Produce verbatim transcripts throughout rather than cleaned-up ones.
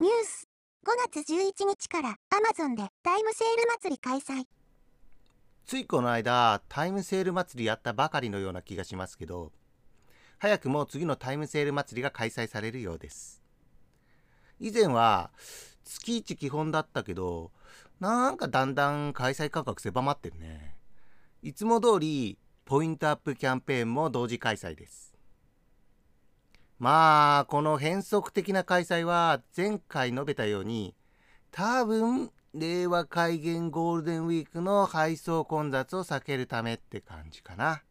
ニュース。ごがつじゅういちにちから Amazon でタイムセール祭り開催。 ついこの間タイムセール祭りやったばかりのような気がしますけど、早くも次のタイムセール祭りが開催されるようです。以前は月いち基本だったけど、なんかだんだん開催価格狭まってるね。いつも通りポイントアップキャンペーンも同時開催です。まあこの変則的な開催は前回述べたように、多分令和開元ゴールデンウィークの配送混雑を避けるためって感じかな。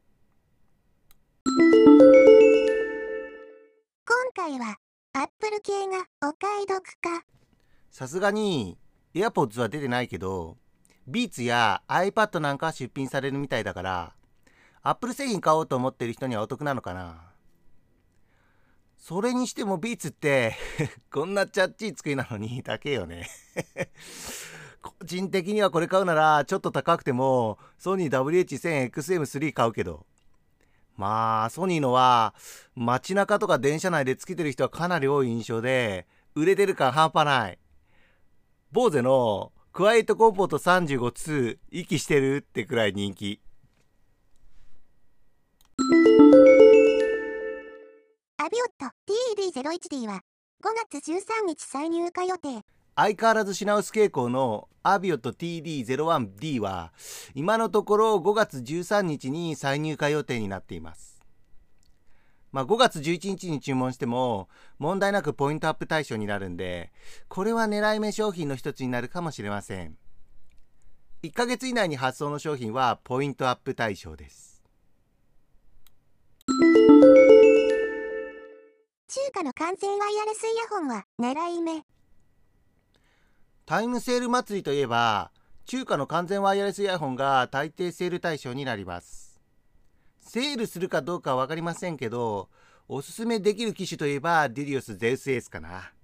今回は Apple 系がお買い得か。 さすがに AirPods は出てないけど、Beats や iPad なんかは出品されるみたいだから、Apple 製品買おうと思ってる人にはお得なのかな。それにしても Beats ってこんなチャッチい机なのに高えよね個人的にはこれ買うならちょっと高くてもソニー ダブリューエイチせんエックスエムスリー 買うけど、まあソニーのは街中とか電車内でつけてる人はかなり多い印象で、売れてる感半端ない。坊主のクワイエットコンポート さんじゅうごツー 息してるってくらい人気。 アビオット ティーイーディーゼロいちディー はごがつじゅうさんにち再入荷予定。 相変わらず品薄傾向のアビオット ティーイーディーゼロワンディー は今のところごがつじゅうさんにちに再入荷予定になっています。まあ、ごがつじゅういちにちに注文しても問題なくポイントアップ対象になるんで、これは狙い目商品の一つになるかもしれません。いっかげつ以内に発送の商品はポイントアップ対象です。 中華の完全ワイヤレスイヤホンは狙い目。 タイムセール祭りといえば中華の完全ワイヤレスイヤホンが大抵セール対象になります。セールするかどうかは分かりませんけど、おすすめできる機種といえばデュリオスゼウスエースかな。